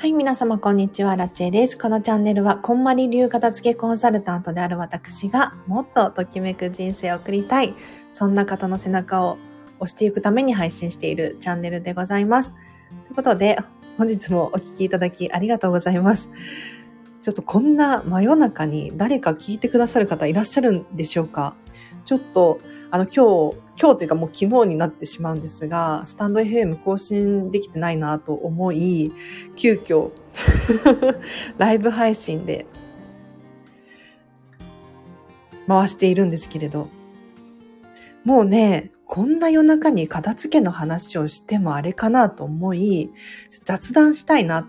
はい、皆様こんにちは、ラチェです。このチャンネルは、こんまり流片付けコンサルタントである私が、もっとときめく人生を送りたい、そんな方の背中を押していくために配信しているチャンネルでございます。ということで、本日もお聞きいただきありがとうございます。ちょっとこんな真夜中に誰か聞いてくださる方いらっしゃるんでしょうか？ちょっと、今日というかもう昨日になってしまうんですが、スタンド FM 更新できてないなと思い、急遽ライブ配信で回しているんですけれど、もうね、こんな夜中に片付けの話をしてもあれかなと思い、雑談したいな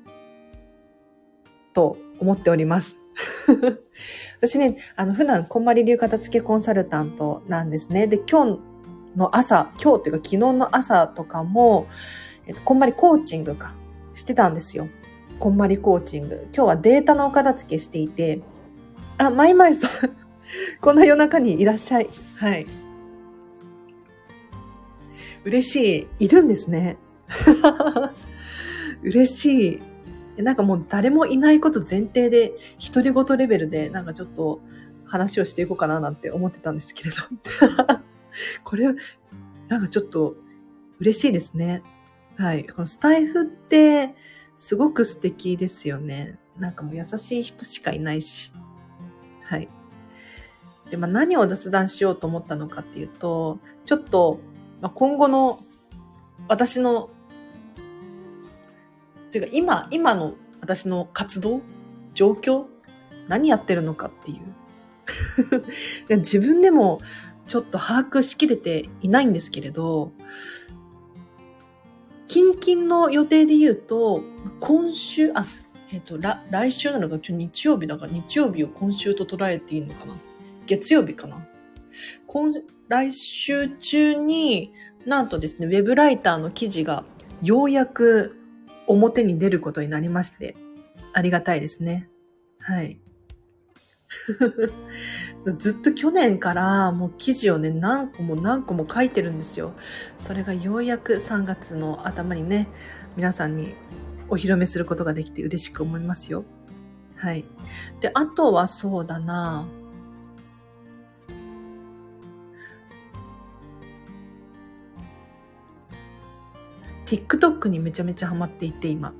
と思っております。私ね、普段こんまり流片付けコンサルタントなんですね。で、今日っていうか昨日の朝とかも、こんまりコーチングしてたんですよ。こんまりコーチング。今日はデータのお片付けしていて、マイマイさん、こんな夜中にいらっしゃい。はい。嬉しい。いるんですね。嬉しい。なんかもう誰もいないこと前提で、独り言レベルでなんかちょっと話をしていこうかななんて思ってたんですけれど。これ、なんかちょっと嬉しいですね。はい。このスタイフってすごく素敵ですよね。なんかもう優しい人しかいないし。はい。で、何を雑談しようと思ったのかっていうと、ちょっと、今後の私の、っていうか今の私の活動状況何やってるのかっていう自分でもちょっと把握しきれていないんですけれど、近々の予定で言うと今週来週なのか今日日曜日だから日曜日を今週と捉えていいのかな、月曜日かな、来週中になんとですね、ウェブライターの記事がようやく表に出ることになりまして、ありがたいですね。はい。ずっと去年からもう記事をね、何個も書いてるんですよ。それがようやく3月の頭にね、皆さんにお披露目することができて嬉しく思いますよ。はい。で、あとはそうだな、TikTok にめちゃめちゃハマっていて今。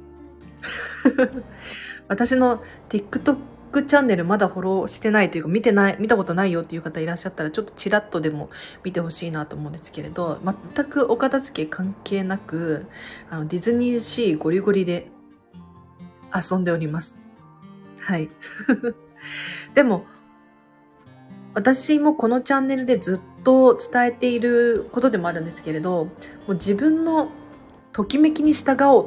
私の TikTok チャンネルまだフォローしてないというか見たことないよっていう方いらっしゃったらちょっとチラッとでも見てほしいなと思うんですけれど、全くお片付け関係なく、ディズニーシーゴリゴリで遊んでおります。はい。でも、私もこのチャンネルでずっと伝えていることでもあるんですけれど、もう自分のときめきに従おう。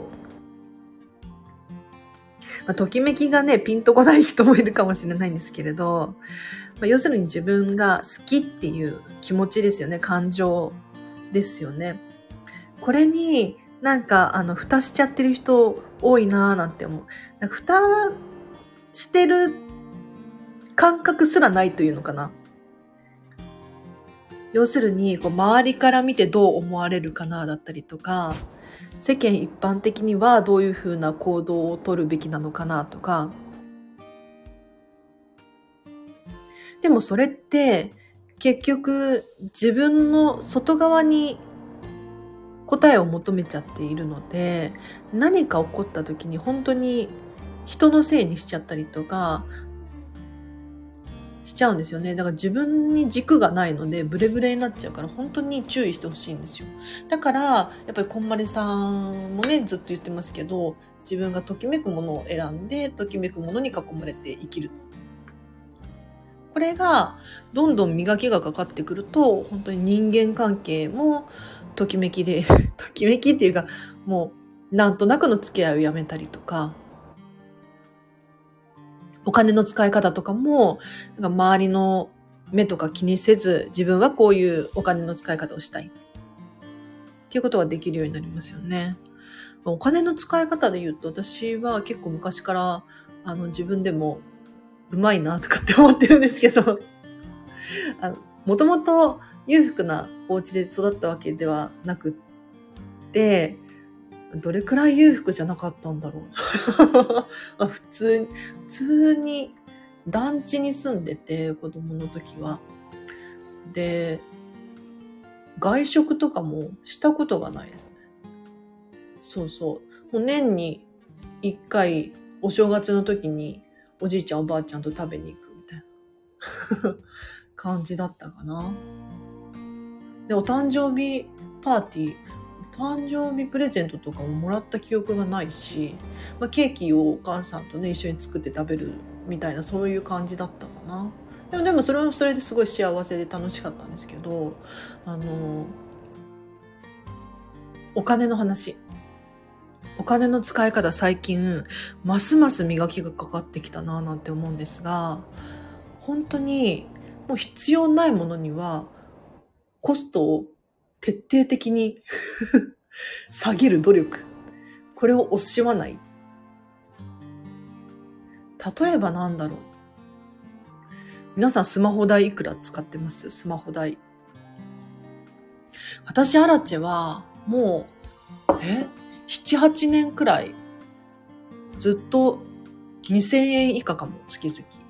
ときめきがね、ピンとこない人もいるかもしれないんですけれど、要するに自分が好きっていう気持ちですよね。感情ですよね。これになんか蓋しちゃってる人多いなーなんて思う。なんか蓋してる感覚すらないというのかな。要するに周りから見てどう思われるかなだったりとか、世間一般的にはどういうふうな行動を取るべきなのかなとか。でもそれって結局自分の外側に答えを求めちゃっているので、何か起こった時に本当に人のせいにしちゃったりとかしちゃうんですよね。だから自分に軸がないのでブレブレになっちゃうから、本当に注意してほしいんですよ。だからやっぱりこんまりさんもね、ずっと言ってますけど、自分がときめくものを選んで、ときめくものに囲まれて生きる。これがどんどん磨きがかかってくると、本当に人間関係もときめきでときめきっていうか、もうなんとなくの付き合いをやめたりとか、お金の使い方とかもなんか周りの目とか気にせず、自分はこういうお金の使い方をしたいっていうことができるようになりますよね。お金の使い方で言うと、私は結構昔から自分でもうまいなとかって思ってるんですけど、もともと裕福なお家で育ったわけではなくって、 どれくらい裕福じゃなかったんだろう。普通に団地に住んでて、子供の時は。で、外食とかもしたことがないですね。そうそう。もう年に一回お正月の時におじいちゃんおばあちゃんと食べに行くみたいな感じだったかな。で、お誕生日パーティー、誕生日プレゼントとかももらった記憶がないし、ケーキをお母さんとね、一緒に作って食べるみたいな、そういう感じだったかな。でもそれはそれですごい幸せで楽しかったんですけど、お金の話。お金の使い方最近、ますます磨きがかかってきたなぁなんて思うんですが、本当にもう必要ないものにはコストを徹底的に下げる努力。これを惜しまない。例えばなんだろう。皆さんスマホ代いくら使ってます？スマホ代。私、アラチェはもう、7、8年くらいずっと2000円以下かも、月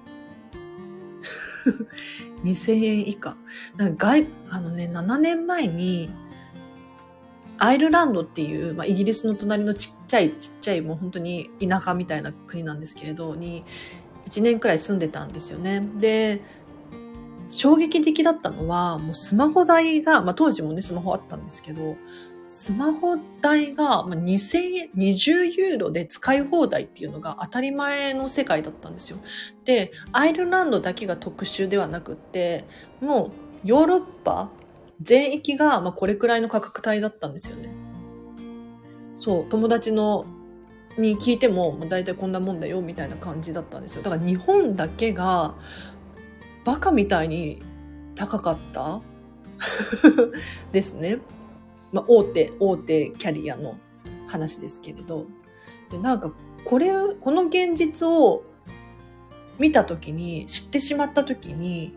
々。2000円以下。7年前に、アイルランドっていう、イギリスの隣のちっちゃい、もう本当に田舎みたいな国なんですけれど、に、1年くらい住んでたんですよね。で、衝撃的だったのは、もうスマホ代が、当時もね、スマホあったんですけど、スマホ代が2000円、20ユーロで使い放題っていうのが当たり前の世界だったんですよ。で、アイルランドだけが特殊ではなくって、もうヨーロッパ全域がこれくらいの価格帯だったんですよね。そう、友達に聞いてもだいたいこんなもんだよみたいな感じだったんですよ。だから日本だけがバカみたいに高かったですね。大手キャリアの話ですけれど。で、この現実を見たときに、知ってしまったときに、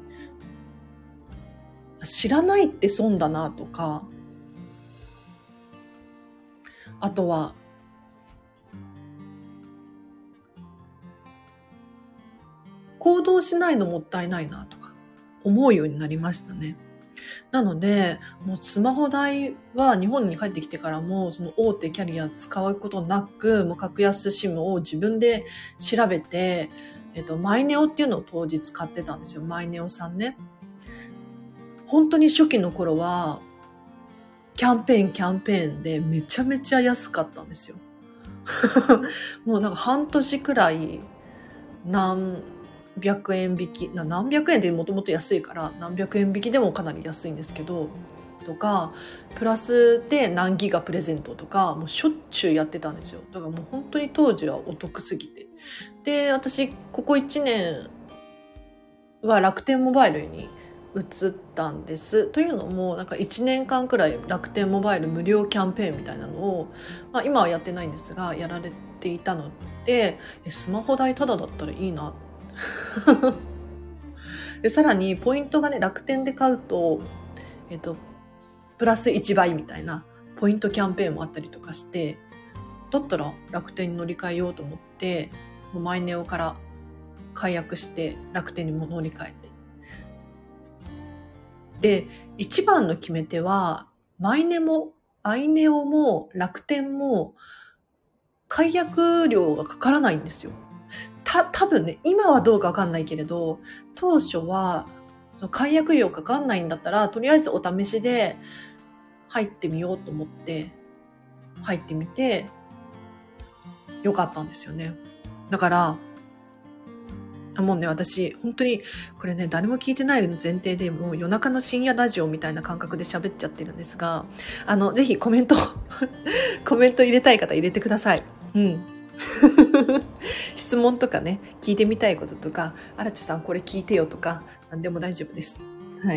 知らないって損だなとか、あとは、行動しないのもったいないなとか、思うようになりましたね。なので、もうスマホ代は日本に帰ってきてからも、その大手キャリア使うことなく、もう格安シムを自分で調べて、マイネオっていうのを当時使ってたんですよ。マイネオさんね。本当に初期の頃は、キャンペーンでめちゃめちゃ安かったんですよ。もう半年くらい何百円引き、何百円でもともと安いから何百円引きでもかなり安いんですけど、とか、プラスで何ギガプレゼントとか、もうしょっちゅうやってたんですよ。だからもう本当に当時はお得すぎて。で、私、ここ1年は楽天モバイルに移ったんです。というのも、1年間くらい楽天モバイル無料キャンペーンみたいなのを、今はやってないんですが、やられていたので、スマホ代タダだったらいいな。で、さらにポイントがね、楽天で買うと、プラス1倍みたいなポイントキャンペーンもあったりとかして、だったら楽天に乗り換えようと思って、もうマイネオから解約して楽天にも乗り換えて。で、一番の決め手は、アイネオも楽天も解約料がかからないんですよ。多分ね、今はどうかわかんないけれど、当初は解約料かかんないんだったら、とりあえずお試しで入ってみようと思って入ってみてよかったんですよね。だからもうね、私本当にこれね、誰も聞いてない前提でもう夜中の深夜ラジオみたいな感覚で喋っちゃってるんですが、ぜひコメント入れたい方入れてください。質問とかね、聞いてみたいこととか、あらちさんこれ聞いてよとか、何でも大丈夫です。はい。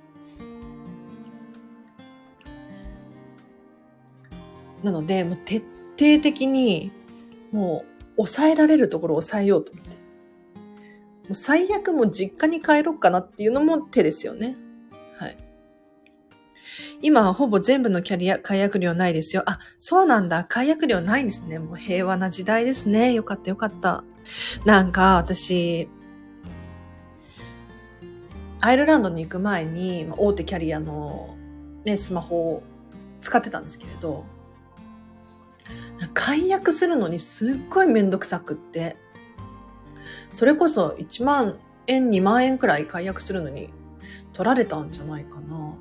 なので、もう徹底的に、もう抑えられるところを抑えようと思って。もう最悪もう実家に帰ろうかなっていうのも手ですよね。はい。 今ほぼ全部の解約料ないですよ。あ、そうなんだ。解約料ないんですね。もう平和な時代ですね。よかったよかった。なんか私、アイルランドに行く前に大手キャリアのね、スマホを使ってたんですけれど、解約するのにすっごいめんどくさくって、それこそ1万円、2万円くらい解約するのに取られたんじゃないかな。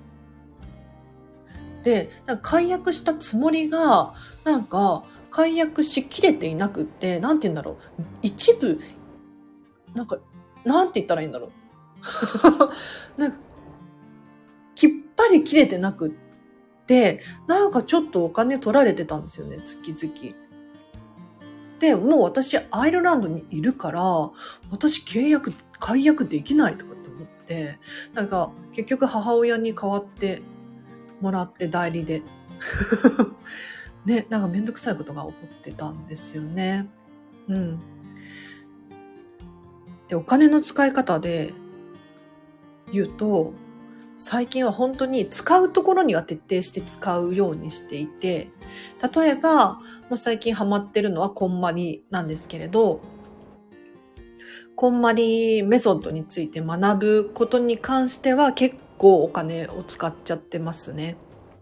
で、なんか解約したつもりが、なんか解約しきれていなくって、なんて言うんだろう。一部、なんて言ったらいいんだろう。なんか、きっぱり切れてなくって、なんかちょっとお金取られてたんですよね、月々。で、もう私、アイルランドにいるから、私解約できないとかって思って、なんか、結局母親に代わってもらって代理で。ね、なんかめんどくさいことが起こってたんですよね。うん。で、お金の使い方で言うと、最近は本当に使うところには徹底して使うようにしていて、例えば、もう最近ハマってるのはこんまりなんですけれど、こんまりメソッドについて学ぶことに関しては結構お金を使っちゃってますね。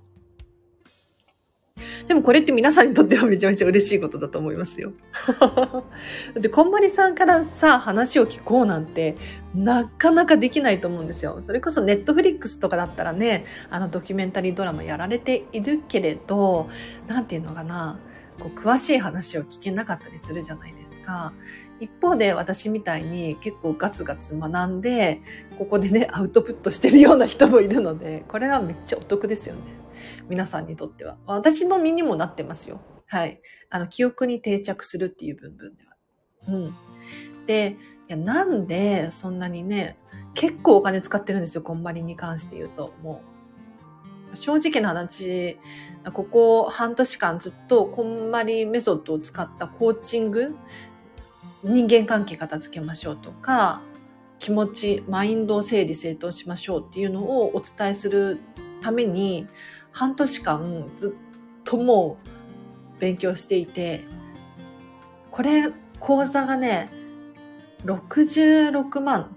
でもこれって皆さんにとってはめちゃめちゃ嬉しいことだと思いますよ。で、こんまりさんからさ、話を聞こうなんて、なかなかできないと思うんですよ。それこそネットフリックスとかだったらね、ドキュメンタリードラマやられているけれど、なんていうのかな、こう詳しい話を聞けなかったりするじゃないですか。一方で私みたいに結構ガツガツ学んで、ここでね、アウトプットしてるような人もいるので、これはめっちゃお得ですよね。皆さんにとっては。私の身にもなってますよ。はい。記憶に定着するっていう部分では。うん。で、なんでそんなにね、結構お金使ってるんですよ、こんまりに関して言うと。もう、正直な話、ここ半年間ずっとこんまりメソッドを使ったコーチング、人間関係片付けましょうとか、気持ち、マインドを整理整頓しましょうっていうのをお伝えするために、半年間ずっともう勉強していて、これ、講座がね、66万。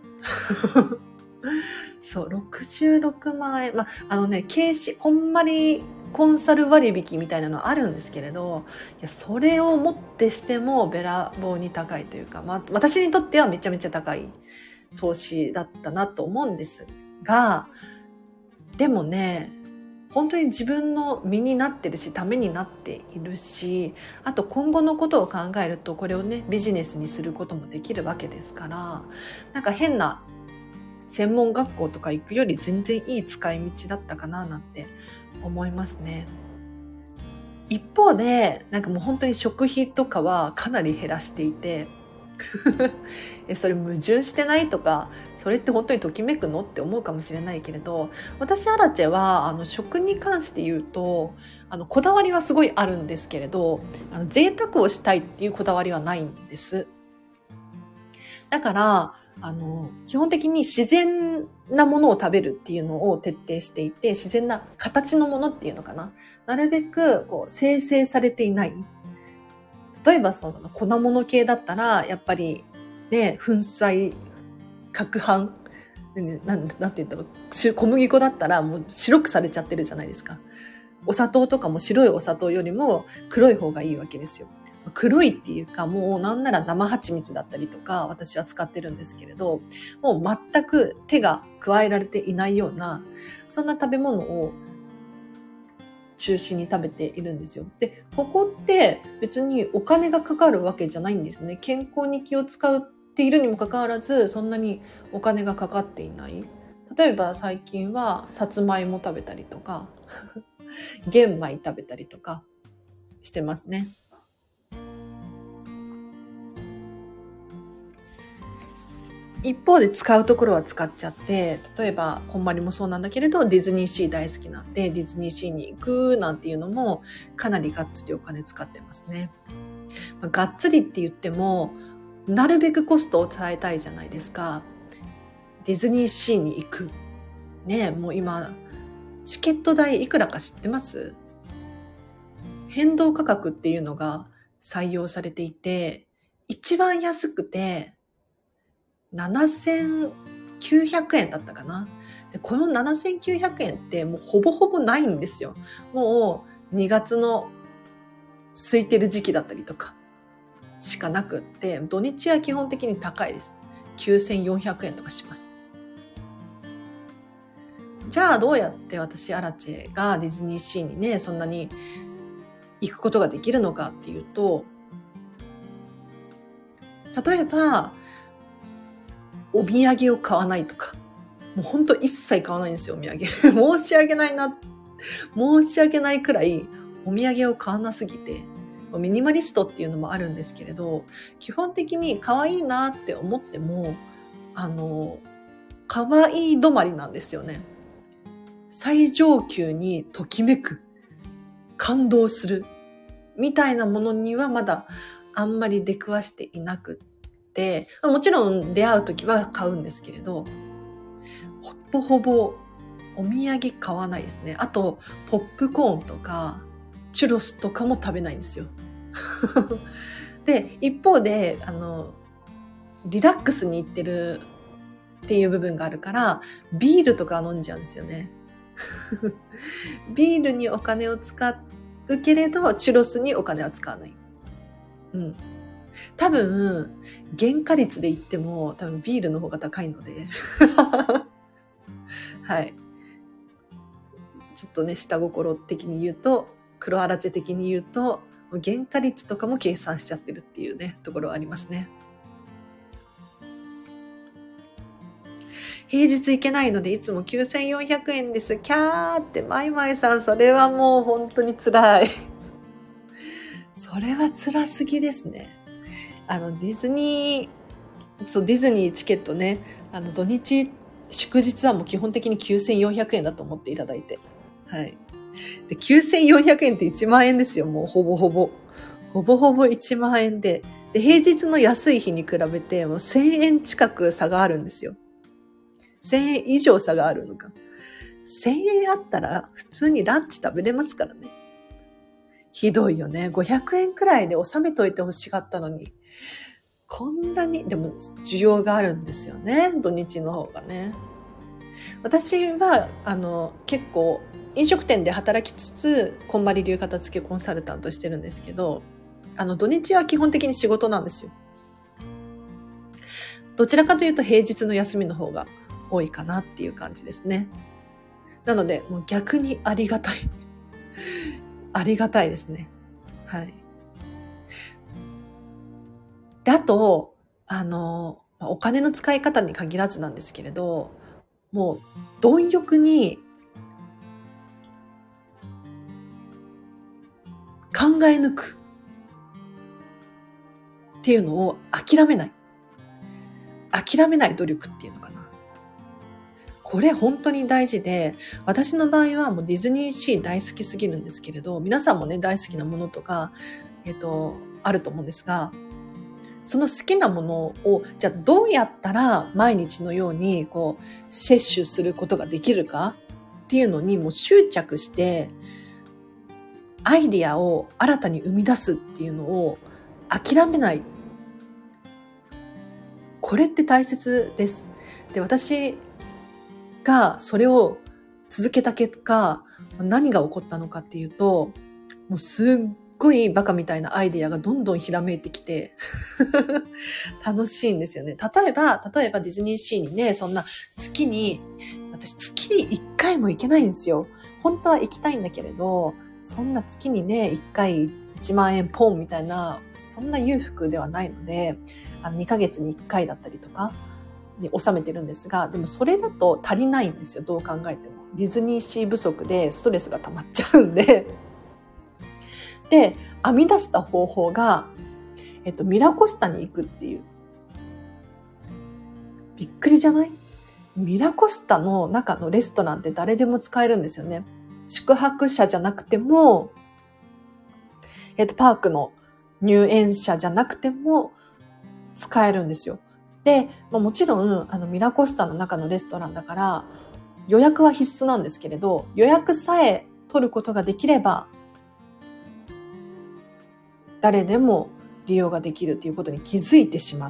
そう、66万円。こんまりコンサル割引みたいなのあるんですけれど、いや、それをもってしてもべらぼうに高いというか、私にとってはめちゃめちゃ高い投資だったなと思うんですが、でもね、本当に自分の身になってるし、ためになっているし、あと今後のことを考えると、これをね、ビジネスにすることもできるわけですから、なんか変な専門学校とか行くより全然いい使い道だったかななんて思いますね。一方で、なんかもう本当に食費とかはかなり減らしていて、それ矛盾してないとか、それって本当にときめくのって思うかもしれないけれど、私アラチェは食に関して言うとこだわりはすごいあるんですけれど、贅沢をしたいっていうこだわりはないんです。だから基本的に自然なものを食べるっていうのを徹底していて、自然な形のものっていうのかな、なるべくこう生成されていない、例えばその粉物系だったらやっぱりね、粉砕攪拌、なんて言ったら、小麦粉だったらもう白くされちゃってるじゃないですか。お砂糖とかも白いお砂糖よりも黒い方がいいわけですよ。黒いっていうか、もうなんなら生蜂蜜だったりとか私は使ってるんですけれど、もう全く手が加えられていないような、そんな食べ物を中心に食べているんですよ。で、ここって別にお金がかかるわけじゃないんですね。健康に気を使っているにもかかわらず、そんなにお金がかかっていない。例えば最近はさつまいも食べたりとか、玄米食べたりとかしてますね。一方で使うところは使っちゃって、例えばこんまりもそうなんだけれど、ディズニーシー大好きなんでディズニーシーに行くなんていうのもかなりがっつりお金使ってますね。がっつりって言ってもなるべくコストを抑えたいじゃないですか。ディズニーシーに行くね、もう今チケット代いくらか知ってます？変動価格っていうのが採用されていて、一番安くて7900円だったかな。でこの7900円ってもうほぼほぼないんですよ。もう2月の空いてる時期だったりとかしかなくって、土日は基本的に高いです。9400円とかします。じゃあどうやって私アラチェがディズニーシーにね、そんなに行くことができるのかっていうと、例えばお土産を買わないとか、もうほんと一切買わないんですよ、お土産。申し訳ないくらいお土産を買わなすぎて、ミニマリストっていうのもあるんですけれど、基本的に可愛いなって思っても、可愛い止まりなんですよね。最上級にときめく、感動する、みたいなものにはまだあんまり出くわしていなくって、もちろん出会うときは買うんですけれど、ほぼほぼお土産買わないですね。あと、ポップコーンとか、チュロスとかも食べないんですよ。で、一方で、リラックスに行ってるっていう部分があるから、ビールとか飲んじゃうんですよね。ビールにお金を使うけれど、チュロスにお金は使わない。うん。多分、原価率で言っても、多分ビールの方が高いので。はい。ちょっとね、下心的に言うと、黒あらち的に言うと、原価率とかも計算しちゃってるっていうね、ところはありますね。平日行けないのでいつも9400円です。キャーって、マイマイさん、それはもう本当に辛い。それは辛すぎですね。ディズニーチケットね、土日、祝日はもう基本的に9400円だと思っていただいて。はい。で、9400円って1万円ですよ、もうほぼほぼ。ほぼほぼ1万円で。で、平日の安い日に比べて、もう1000円近く差があるんですよ。1000円以上差があるのか。1000円あったら普通にランチ食べれますからね。ひどいよね。500円くらいで収めといてほしかったのに。こんなに、でも需要があるんですよね。土日の方がね。私は、結構、飲食店で働きつつ、こんまり流片付けコンサルタントしてるんですけど、土日は基本的に仕事なんですよ。どちらかというと平日の休みの方が多いかなっていう感じですね。なので、もう逆にありがたい。ありがたいですね。はい。で、あと、お金の使い方に限らずなんですけれど、もう、貪欲に考え抜くっていうのを諦めない。諦めない努力っていうのかな。これ本当に大事で、私の場合はもうディズニーシー大好きすぎるんですけれど、皆さんもね、大好きなものとか、あると思うんですが、その好きなものを、じゃあどうやったら毎日のように摂取することができるかっていうのにもう執着して、アイディアを新たに生み出すっていうのを諦めない。これって大切です。で、私がそれを続けた結果、何が起こったのかっていうと、もうすっごいバカみたいなアイディアがどんどんひらめいてきて楽しいんですよね。例えばディズニーシーにね、そんな私月に1回も行けないんですよ。本当は行きたいんだけれど、そんな月にね、1回1万円ポンみたいな、そんな裕福ではないので、2ヶ月に1回だったりとかに収めてるんですが、でもそれだと足りないんですよ、どう考えても。ディズニーシー不足でストレスが溜まっちゃうんで。で、編み出した方法が、ミラコスタに行くっていう。びっくりじゃない？ミラコスタの中のレストランって誰でも使えるんですよね。宿泊者じゃなくても、パークの入園者じゃなくても使えるんですよ。で、もちろん、ミラコスタの中のレストランだから、 予約は必須なんですけれど、予約さえ取ることができれば、誰でも利用ができるということに気づいてしまって、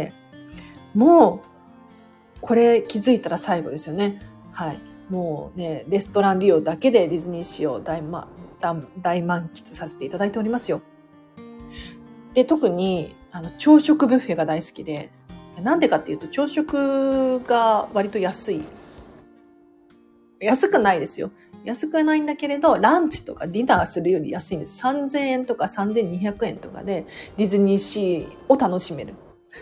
もう、これ気づいたら最後ですよね。はい。もうね、レストラン利用だけでディズニーシーを大満喫させていただいておりますよ。で、特に、朝食ビュッフェが大好きで、なんでかっていうと、朝食が割と安い。安くないですよ。安くないんだけれど、ランチとかディナーするより安いんです。3000円とか3200円とかでディズニーシーを楽しめる。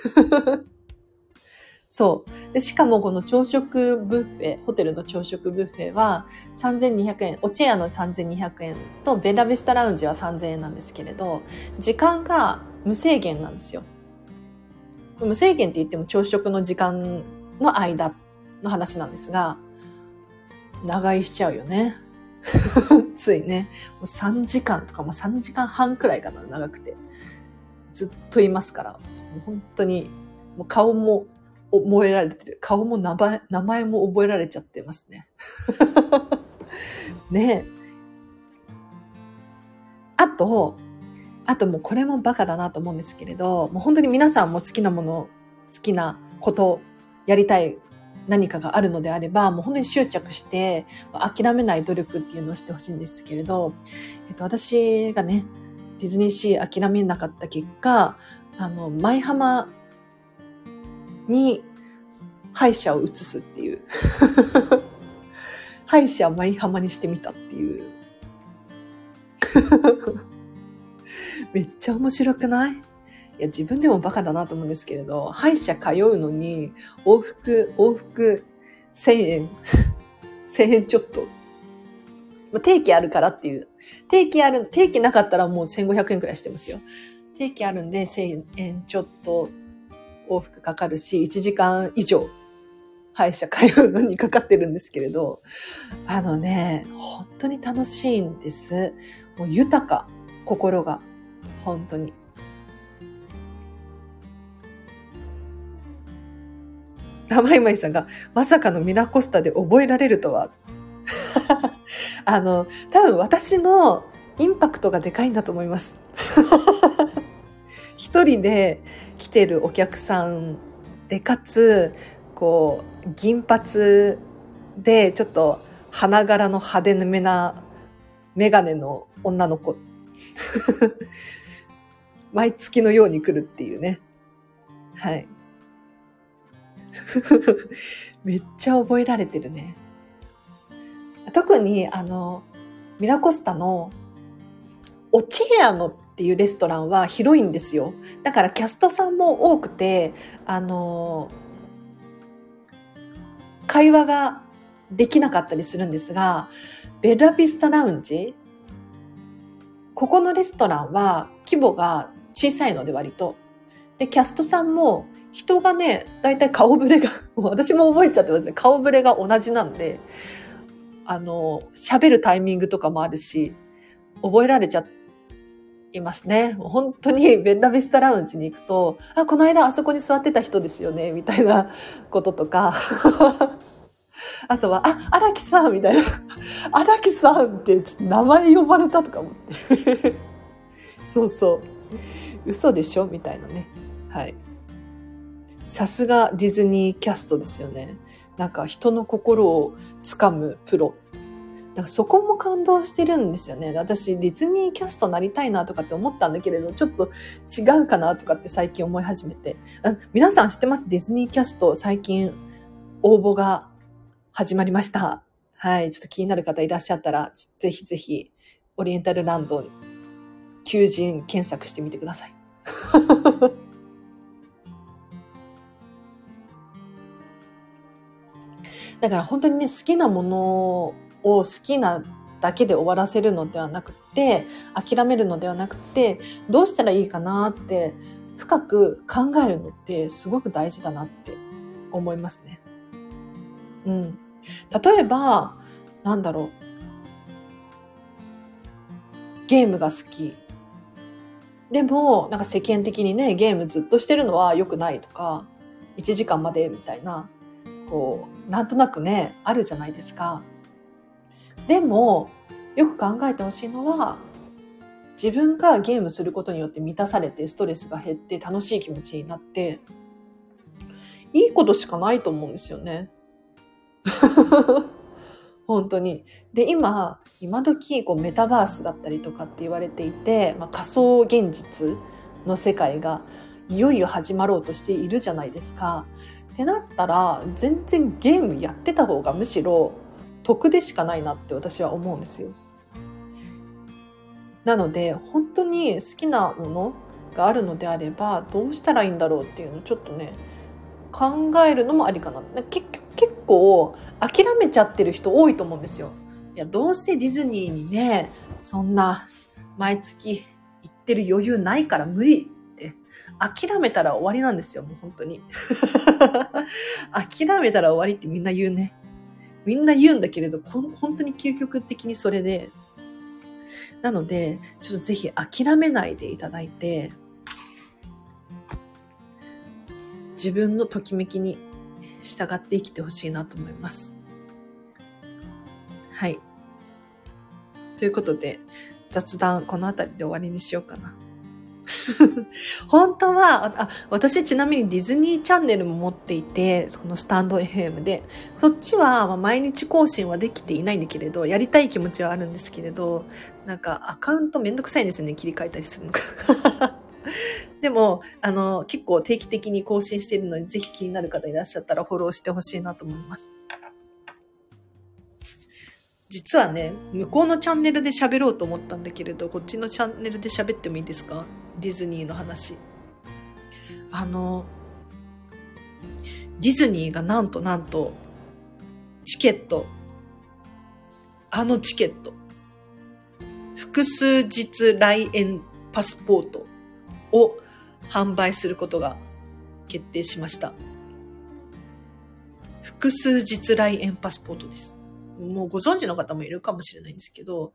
そう。で、しかもこの朝食ブッフェ、ホテルの朝食ブッフェは3200円、オチェアの3200円とベラビスタラウンジは3000円なんですけれど、時間が無制限なんですよ。無制限って言っても朝食の時間の間の話なんですが、長居しちゃうよね。ついね。もう3時間とか、3時間半くらいかな、長くて。ずっといますから。もう本当に、もう顔も覚えられてる。顔も名前も覚えられちゃってますね。ねえ。あともうこれもバカだなと思うんですけれど、もう本当に皆さんも好きなもの、好きなこと、やりたい何かがあるのであれば、もう本当に執着して諦めない努力っていうのをしてほしいんですけれど、私がね、ディズニーシー諦めなかった結果、舞浜に歯医者を移すっていう。歯医者舞浜にしてみたっていう。めっちゃ面白くない？いや、自分でもバカだなと思うんですけれど、歯医者通うのに往復1000円、1000円ちょっと。定期あるからっていう。定期なかったらもう1500円くらいしてますよ。定期あるんで1000円ちょっと往復かかるし、1時間以上歯医者通うのにかかってるんですけれど、本当に楽しいんです。もう豊か、心が。本当に。ラマイマイさんが、まさかのミラコスタで覚えられるとは。多分私のインパクトがでかいんだと思います。一人で来てるお客さんで、かつ、銀髪で、ちょっと花柄の派手めなメガネの女の子。毎月のように来るっていうね。はい。めっちゃ覚えられてるね。特にミラコスタのオチェアノっていうレストランは広いんですよ。だからキャストさんも多くて、会話ができなかったりするんですが、ベラビスタラウンジ、ここのレストランは規模が小さいので割と。で、キャストさんも人がね、だいたい顔ぶれが、私も覚えちゃってますね。顔ぶれが同じなんで、喋るタイミングとかもあるし、覚えられちゃいますね。もう本当にベラビスタラウンジに行くと、あ、この間あそこに座ってた人ですよね、みたいなこととか、あとは、荒木さんみたいな、荒木さんってちょっと名前呼ばれたとか思って。そうそう。嘘でしょみたいなね。はい。さすがディズニーキャストですよね。なんか人の心をつかむプロ。だからそこも感動してるんですよね。私ディズニーキャストなりたいなとかって思ったんだけれど、ちょっと違うかなとかって最近思い始めて。皆さん知ってます？ディズニーキャスト最近応募が始まりました。はい。ちょっと気になる方いらっしゃったら、ぜひぜひオリエンタルランド求人検索してみてください。だから本当にね、好きなものを好きなだけで終わらせるのではなくて、諦めるのではなくて、どうしたらいいかなって深く考えるのってすごく大事だなって思いますね。うん。例えば、ゲームが好き。でも、なんか世間的にね、ゲームずっとしてるのは良くないとか、1時間までみたいな。 なんとなくね、あるじゃないですか。でも、よく考えてほしいのは、自分がゲームすることによって満たされて、ストレスが減って楽しい気持ちになって、いいことしかないと思うんですよね。本当に。で、今時メタバースだったりとかって言われていて、仮想現実の世界がいよいよ始まろうとしているじゃないですか。ってなったら、全然ゲームやってた方がむしろ得でしかないなって私は思うんですよ。なので、本当に好きなものがあるのであれば、どうしたらいいんだろうっていうのをちょっとね、考えるのもありかな。結構諦めちゃってる人多いと思うんですよ。いや、どうせディズニーにね、そんな毎月行ってる余裕ないから無理って諦めたら終わりなんですよ、もう本当に。諦めたら終わりってみんな言うね。みんな言うんだけれど、本当に究極的にそれで。なので、ちょっとぜひ諦めないでいただいて、自分のときめきに従って生きてほしいなと思います。はい。ということで、雑談この辺りで終わりにしようかな。本当は、私ちなみにディズニーチャンネルも持っていて、そのスタンド FM で、そっちは毎日更新はできていないんだけれど、やりたい気持ちはあるんですけれど、なんかアカウントめんどくさいんですよね、切り替えたりするのが。でも、結構定期的に更新しているので、ぜひ気になる方いらっしゃったらフォローしてほしいなと思います。実はね、向こうのチャンネルで喋ろうと思ったんだけれど、こっちのチャンネルで喋ってもいいですか？ディズニーの話。ディズニーがなんと、チケット、チケット、複数日来園パスポートを販売することが決定しました。複数日来園パスポートです。もうご存知の方もいるかもしれないんですけど、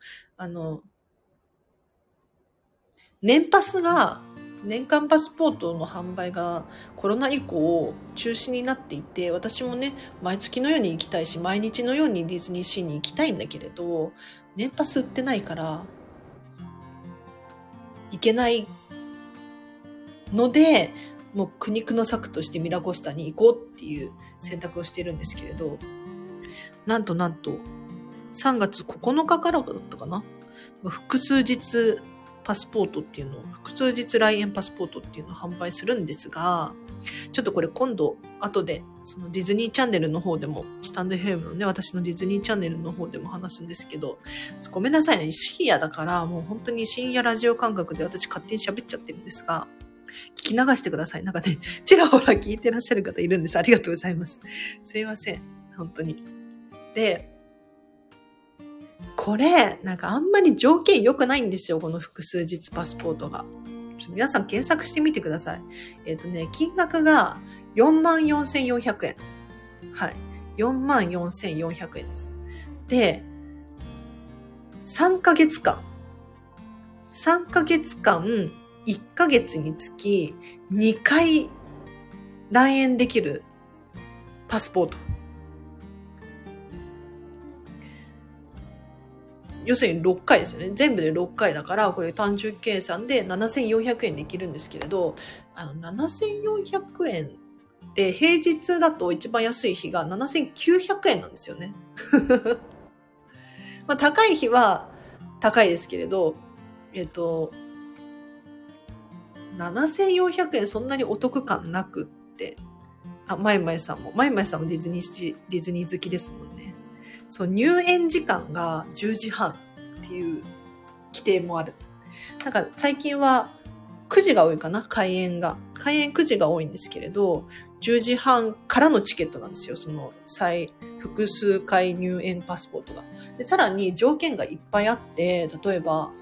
年間パスポートの販売がコロナ以降中止になっていて、私もね、毎月のように行きたいし、毎日のようにディズニーシーに行きたいんだけれど、年パス売ってないから、行けないので、もう苦肉の策としてミラコスタに行こうっていう選択をしてるんですけれど、なんと3月9日からだったかな、複数日パスポートっていうのを、複数日来園パスポートっていうのを販売するんですが、ちょっとこれ今度後でそのディズニーチャンネルの方でも、スタンド FM のね、私のディズニーチャンネルの方でも話すんですけど、ごめんなさいね、深夜だからもう本当に深夜ラジオ感覚で私勝手に喋っちゃってるんですが、聞き流してください。なんかね、ちらほら聞いてらっしゃる方いるんです。ありがとうございます。すいません。本当に。で、これ、なんかあんまり条件良くないんですよ。この複数日パスポートが。皆さん検索してみてください。金額が44,400円。はい。44,400円です。で、3ヶ月間、1ヶ月につき2回来園できるパスポート。要するに6回ですよね。全部で6回だから、これ単純計算で7,400円できるんですけれど、7,400円って平日だと一番安い日が7,900円なんですよね。まあ高い日は高いですけれど、7,400円そんなにお得感なくって、マイマイさんもディズニー好きですもんね。そう、入園時間が10時半っていう規定もある。なんか最近は9時が多いかな、開園9時が多いんですけれど、10時半からのチケットなんですよ。その複数回入園パスポートが。で、さらに条件がいっぱいあって、例えば、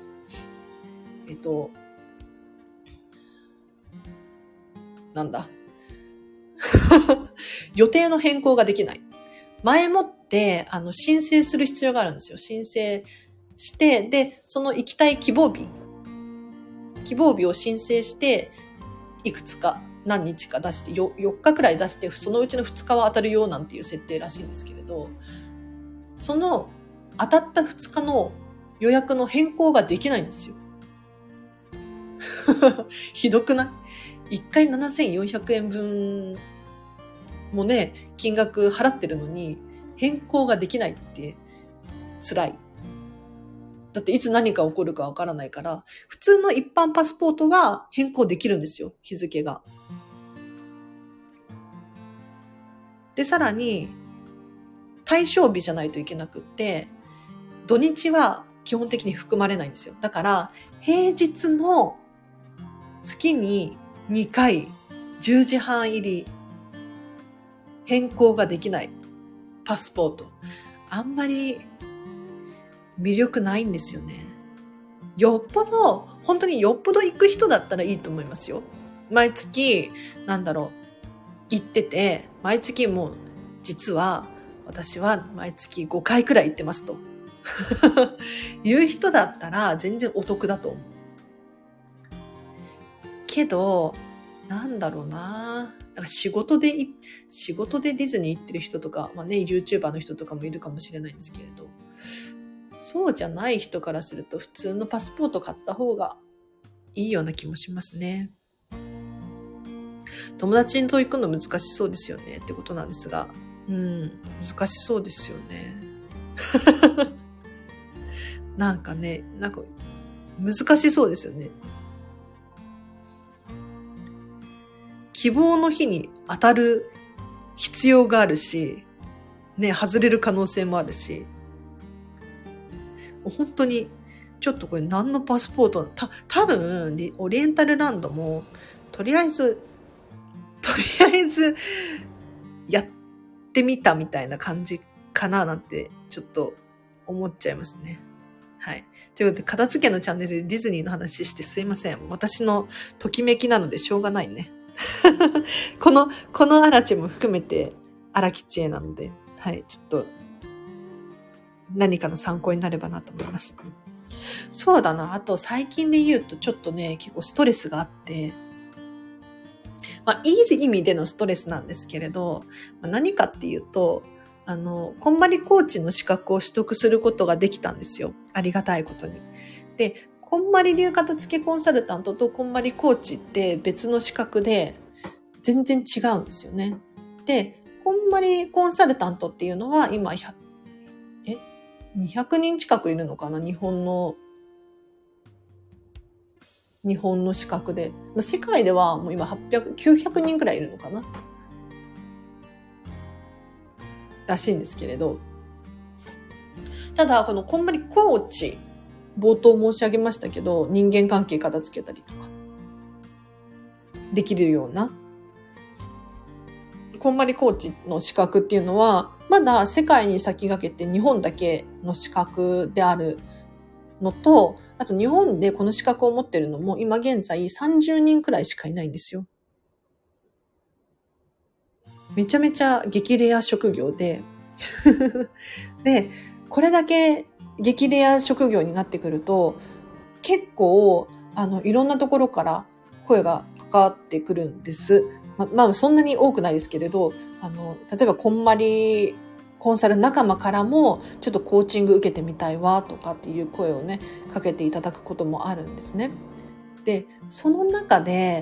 なんだ予定の変更ができない。前もって申請する必要があるんですよ。申請して、で、その行きたい希望日を申請して、いくつか何日か出して、4日くらい出して、そのうちの2日は当たるよなんていう設定らしいんですけれど、その当たった2日の予約の変更ができないんですよ。ひどくない？ 1 回7400円分もね、金額払ってるのに変更ができないって辛い。だっていつ何か起こるかわからないから、普通の一般パスポートは変更できるんですよ、日付が。で、さらに、対象日じゃないといけなくって、土日は基本的に含まれないんですよ。だから、平日の月に2回、10時半入り、変更ができないパスポート。あんまり魅力ないんですよね。よっぽど、本当によっぽど行く人だったらいいと思いますよ。毎月、行ってて、毎月もう、実は、私は毎月5回くらい行ってますと。いう人だったら全然お得だと思う。けど、なんだろうな。仕事でディズニー行ってる人とか、YouTuber の人とかもいるかもしれないんですけれど、そうじゃない人からすると普通のパスポート買った方がいいような気もしますね。友達と行くの難しそうですよねってことなんですが、難しそうですよね。難しそうですよね。希望の日に当たる必要があるし、ね、外れる可能性もあるし、本当に、ちょっとこれ何のパスポート多分、オリエンタルランドも、とりあえず、やってみたみたいな感じかななんて、ちょっと思っちゃいますね。はい。ということで、片付けのチャンネルでディズニーの話してすいません。私のときめきなのでしょうがないね。このアラチも含めて荒木知恵なので、はい、ちょっと何かの参考になればなと思います。そうだな。あと最近で言うとちょっとね、結構ストレスがあって、いい意味でのストレスなんですけれど、何かっていうと、こんまりコーチの資格を取得することができたんですよ。ありがたいことに。で、こんまり流片付けコンサルタントとこんまりコーチって別の資格で全然違うんですよね。で、こんまりコンサルタントっていうのは今200人近くいるのかな、日本の資格で。世界ではもう今900人くらいいるのかならしいんですけれど。ただ、このこんまりコーチ、冒頭申し上げましたけど、人間関係片付けたりとか、できるような、こんまりコーチの資格っていうのは、まだ世界に先駆けて日本だけの資格であるのと、あと日本でこの資格を持ってるのも今現在30人くらいしかいないんですよ。めちゃめちゃ激レア職業で、で、これだけ激レア職業になってくると、結構、いろんなところから声がかかってくるんです。そんなに多くないですけれど、例えばこんまりコンサル仲間からも、ちょっとコーチング受けてみたいわとかっていう声をね、かけていただくこともあるんですね。で、その中で、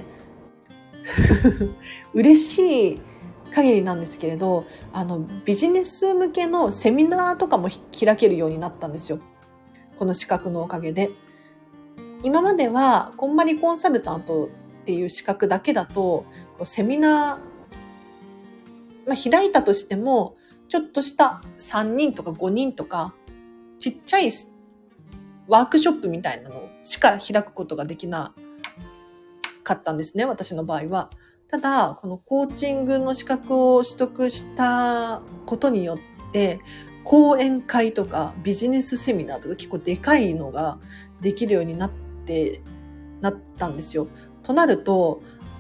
嬉しい限りなんですけれど、ビジネス向けのセミナーとかも開けるようになったんですよ。この資格のおかげで。今までは、こんまりコンサルタントっていう資格だけだと、セミナー、開いたとしても、ちょっとした3人とか5人とか、ちっちゃいワークショップみたいなのしか開くことができなかったんですね、私の場合は。ただ、このコーチングの資格を取得したことによって、講演会とかビジネスセミナーとか結構でかいのができるようになったんですよ。となると、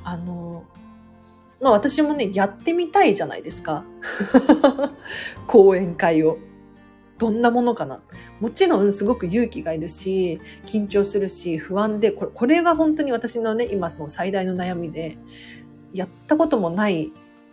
私もね、やってみたいじゃないですか。講演会を。どんなものかな。もちろんすごく勇気がいるし、緊張するし、不安で、これが本当に私のね、今の最大の悩みで、 やったこともない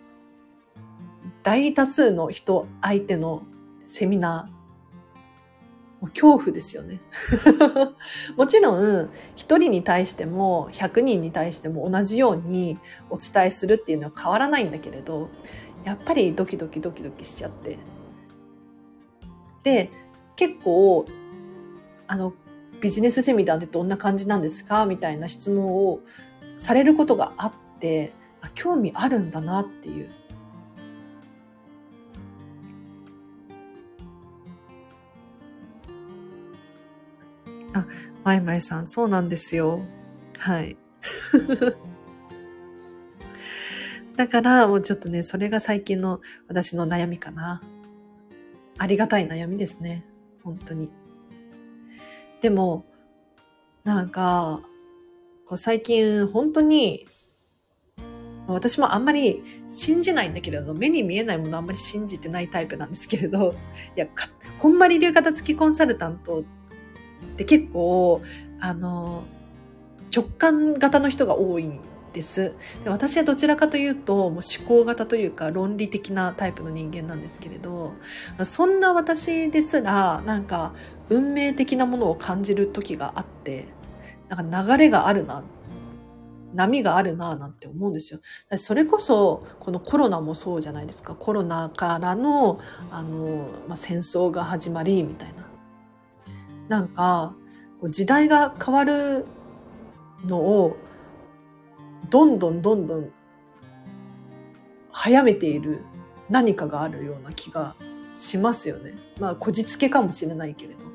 大多数の人相手のセミナー、もう恐怖ですよね。もちろん、一人に対しても100人に対しても同じようにお伝えするっていうのは変わらないんだけれど、やっぱりドキドキしちゃって。で、結構、ビジネスセミナーってどんな感じなんですかみたいな質問をされることがあって、興味あるんだなっていう。まいまいさん、そうなんですよ。はい。だから、もうちょっとね、それが最近の私の悩みかな。ありがたい悩みですね。本当に。でも、なんか、最近本当に、私もあんまり信じないんだけれど、目に見えないものあんまり信じてないタイプなんですけれど、こんまり流片付きコンサルタントって結構、直感型の人が多いんです。で、私はどちらかというと、もう思考型というか論理的なタイプの人間なんですけれど、そんな私ですら、なんか運命的なものを感じる時があって、なんか流れがあるな、波があるな、なんて思うんですよ。それこそ、このコロナもそうじゃないですか。コロナからの、戦争が始まり、みたいな。なんか、時代が変わるのを、どんどん早めている何かがあるような気がしますよね。まあ、こじつけかもしれないけれど。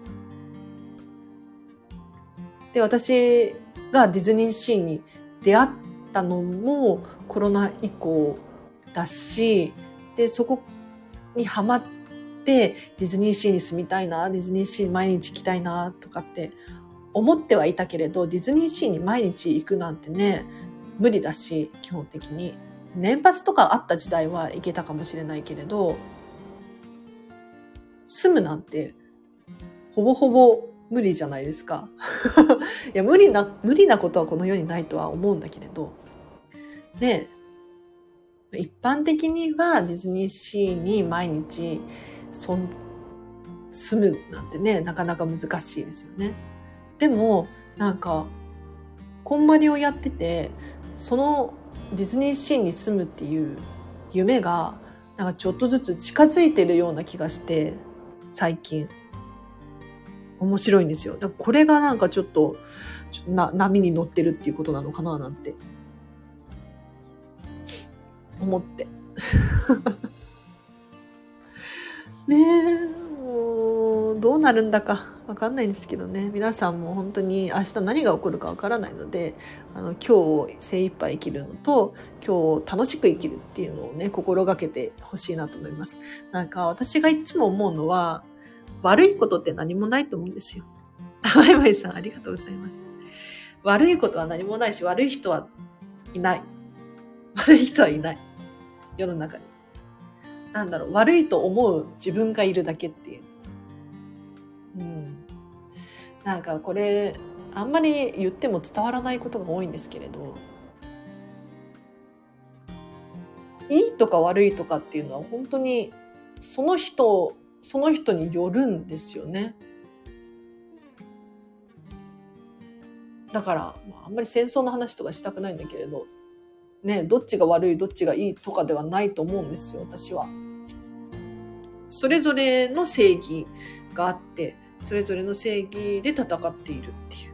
で、私がディズニーシーに出会ったのもコロナ以降だし、で、そこにハマってディズニーシーに住みたいな、ディズニーシーに毎日行きたいなとかって思ってはいたけれど、ディズニーシーに毎日行くなんてね、無理だし、基本的に。年パスとかあった時代は行けたかもしれないけれど、住むなんてほぼほぼ無理じゃないですか。いや、無理なことはこの世にないとは思うんだけれど。で、一般的にはディズニーシーに毎日住むなんてね、なかなか難しいですよね。でも、なんか、こんまりをやってて、そのディズニーシーに住むっていう夢が、なんかちょっとずつ近づいてるような気がして、最近。面白いんですよ。だからこれがなんかちょっと波に乗ってるっていうことなのかななんて思って。ねえ、もうどうなるんだかわかんないんですけどね。皆さんも本当に明日何が起こるかわからないので、今日を精一杯生きるのと、今日を楽しく生きるっていうのをね、心がけてほしいなと思います。なんか私がいつも思うのは、悪いことって何もないと思うんですよ。まいまいさん、ありがとうございます。悪いことは何もないし、悪い人はいない。悪い人はいない。世の中に。なんだろう、悪いと思う自分がいるだけっていう。なんかこれ、あんまり言っても伝わらないことが多いんですけれど、いいとか悪いとかっていうのは本当にその人によるんですよね。だから、あんまり戦争の話とかしたくないんだけれど、ね、どっちが悪い、どっちがいいとかではないと思うんですよ、私は。それぞれの正義があって、それぞれの正義で戦っているっていう。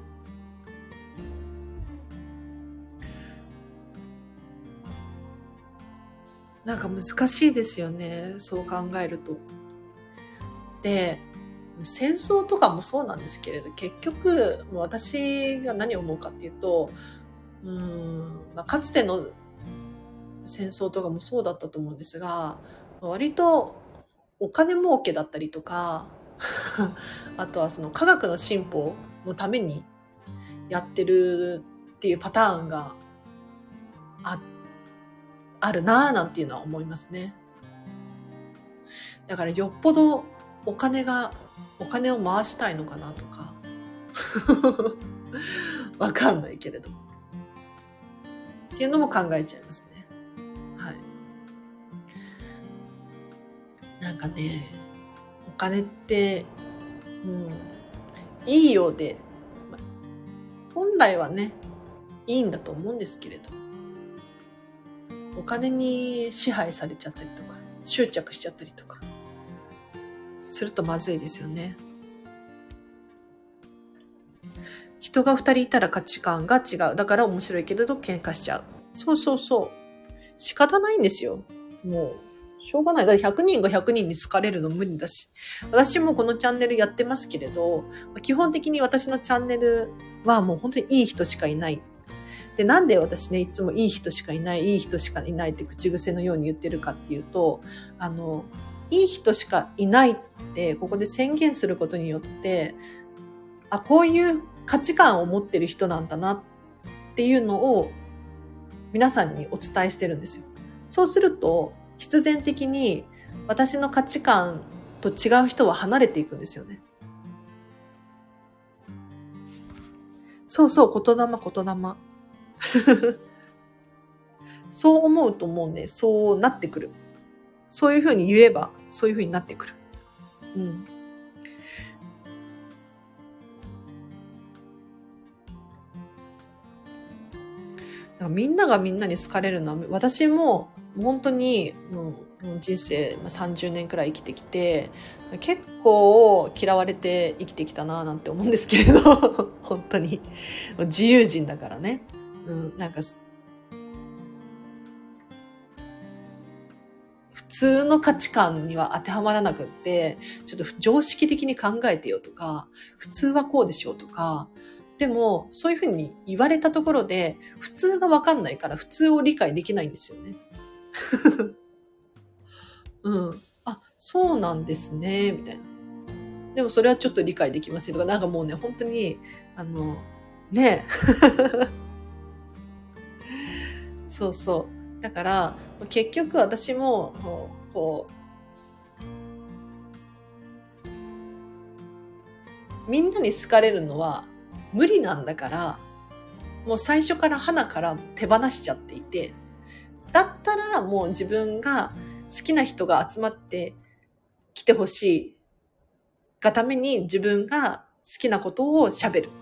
なんか難しいですよね、そう考えると。で、戦争とかもそうなんですけれど、結局、私が何を思うかっていうと、かつての戦争とかもそうだったと思うんですが、割とお金儲けだったりとか、あとはその科学の進歩のためにやってるっていうパターンがあるなぁなんていうのは思いますね。だからよっぽどお金を回したいのかなとかわかんないけれどっていうのも考えちゃいますね。 かね、お金って、いいようで、本来はね、いいんだと思うんですけれど、お金に支配されちゃったりとか、執着しちゃったりとか、するとまずいですよね。人が二人いたら価値観が違う。だから面白いけれど喧嘩しちゃう。そうそうそう。仕方ないんですよ。もう、しょうがない。だって100人が100人に好かれるの無理だし。私もこのチャンネルやってますけれど、基本的に私のチャンネルはもう本当にいい人しかいない。で、なんで私ね、いつもいい人しかいない、いい人しかいないって口癖のように言ってるかっていうと、いい人しかいないって、ここで宣言することによって、こういう価値観を持ってる人なんだなっていうのを皆さんにお伝えしてるんですよ。そうすると、必然的に私の価値観と違う人は離れていくんですよね。そうそう、言霊。そう思うともうね、そうなってくる。そういうふうに言えば、そういうふうになってくる。みんながみんなに好かれるのは、私も本当に、人生30年くらい生きてきて、結構嫌われて生きてきたななんて思うんですけれど、本当に。自由人だからね。なんか、普通の価値観には当てはまらなくって、ちょっと常識的に考えてよとか、普通はこうでしょうとか、でも、そういうふうに言われたところで、普通がわかんないから普通を理解できないんですよね。そうなんですね、みたいな。でもそれはちょっと理解できませんとか、なんかもうね、本当に、ねそうそう。だから、結局私も、みんなに好かれるのは無理なんだから、もう最初から花から手放しちゃっていて、だったらもう自分が好きな人が集まって来てほしいがために自分が好きなことを喋る。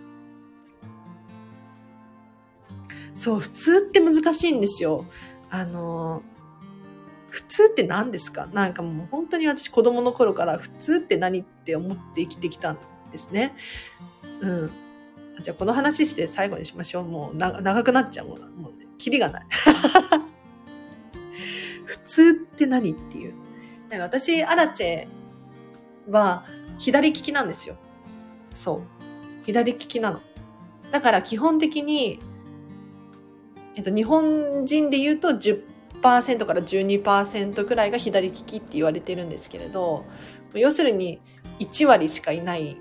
そう、普通って難しいんですよ。普通って何ですか？なんかもう本当に私子供の頃から普通って何って思って生きてきたんですね。じゃあこの話して最後にしましょう。もう長くなっちゃうもん。もうね、キリがない。普通って何っていう。私、アラチェは左利きなんですよ。そう。左利きなの。だから基本的に、日本人で言うと10%から12%くらいが左利きって言われてるんですけれど、要するに1割しかいない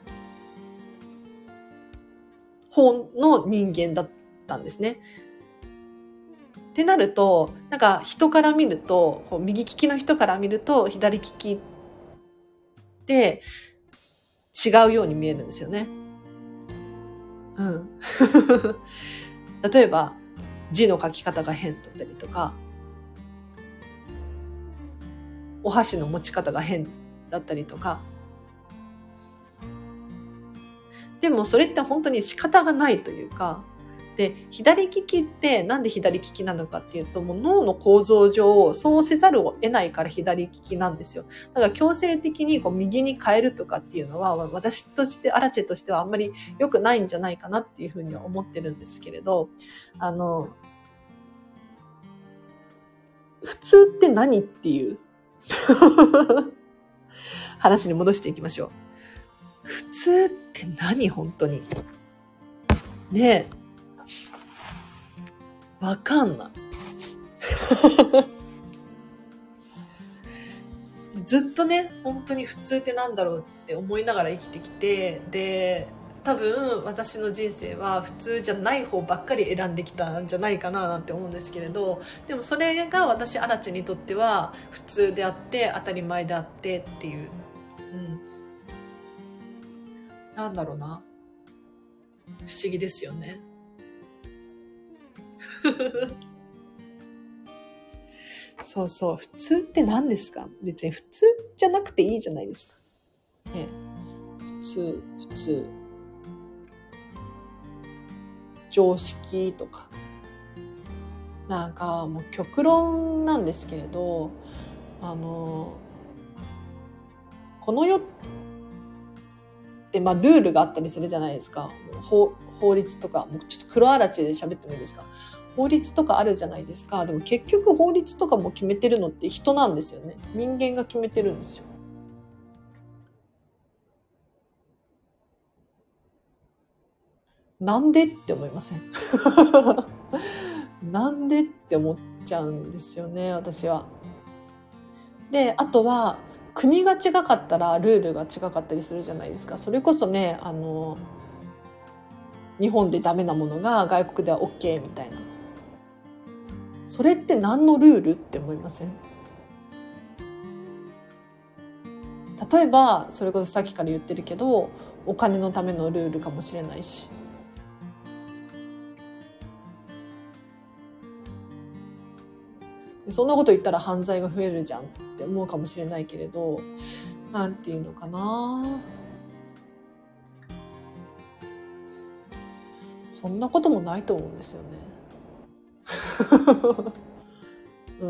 方の人間だったんですね。ってなると、なんか人から見ると、こう右利きの人から見ると左利きって違うように見えるんですよね。例えば、字の書き方が変だったりとか、お箸の持ち方が変だったりとか。でもそれって本当に仕方がないというか、で、左利きってなんで左利きなのかっていうと、もう脳の構造上、そうせざるを得ないから左利きなんですよ。だから強制的にこう右に変えるとかっていうのは、私として、アラチェとしてはあんまり良くないんじゃないかなっていうふうには思ってるんですけれど、普通って何っていう話に戻していきましょう。普通って何本当に。ねえ。わかんない。ずっとね、本当に普通ってなんだろうって思いながら生きてきて、で、多分私の人生は普通じゃない方ばっかり選んできたんじゃないかななんて思うんですけれど、でもそれが私アラチェにとっては普通であって当たり前であってっていう、なんだろうな、不思議ですよね。 そうそう。普通って何ですか？別に普通じゃなくていいじゃないですか。ね、普通。常識とか。なんかもう極論なんですけれど、この世って、ルールがあったりするじゃないですか。法律とか、もうちょっと黒あらちで喋ってもいいですか？法律とかあるじゃないですか。でも結局法律とかも決めてるのって人なんですよね。人間が決めてるんですよ。なんでって思いません？なんでって思っちゃうんですよね、私は。で、あとは、国が違かったらルールが違かったりするじゃないですか。それこそね、日本でダメなものが外国では OK みたいな。それって何のルールって思いません？例えば、それこそさっきから言ってるけど、お金のためのルールかもしれないし。そんなこと言ったら犯罪が増えるじゃんって思うかもしれないけれど、なんていうのかな。そんなこともないと思うんですよね。うん。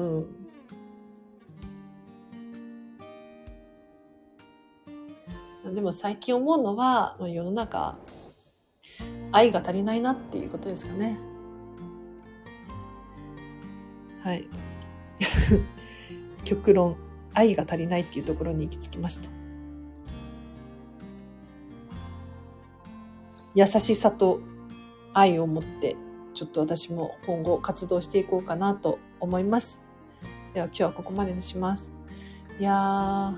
でも最近思うのは、世の中、愛が足りないなっていうことですかね。はい。極論、愛が足りないっていうところに行き着きました。優しさと愛を持って、ちょっと私も今後活動していこうかなと思います。では今日はここまでにします。いやー、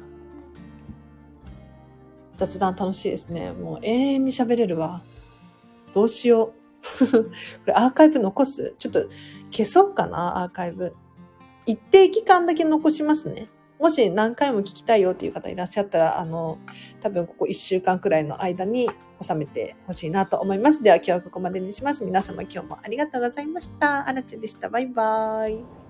雑談楽しいですね。もう永遠に喋れるわ。どうしよう。これアーカイブ残す？ちょっと消そうかな、アーカイブ。一定期間だけ残しますね。もし何回も聞きたいよっていう方いらっしゃったら、多分ここ1週間くらいの間に収めてほしいなと思います。では今日はここまでにします。皆様今日もありがとうございました。あらちでした。バイバーイ。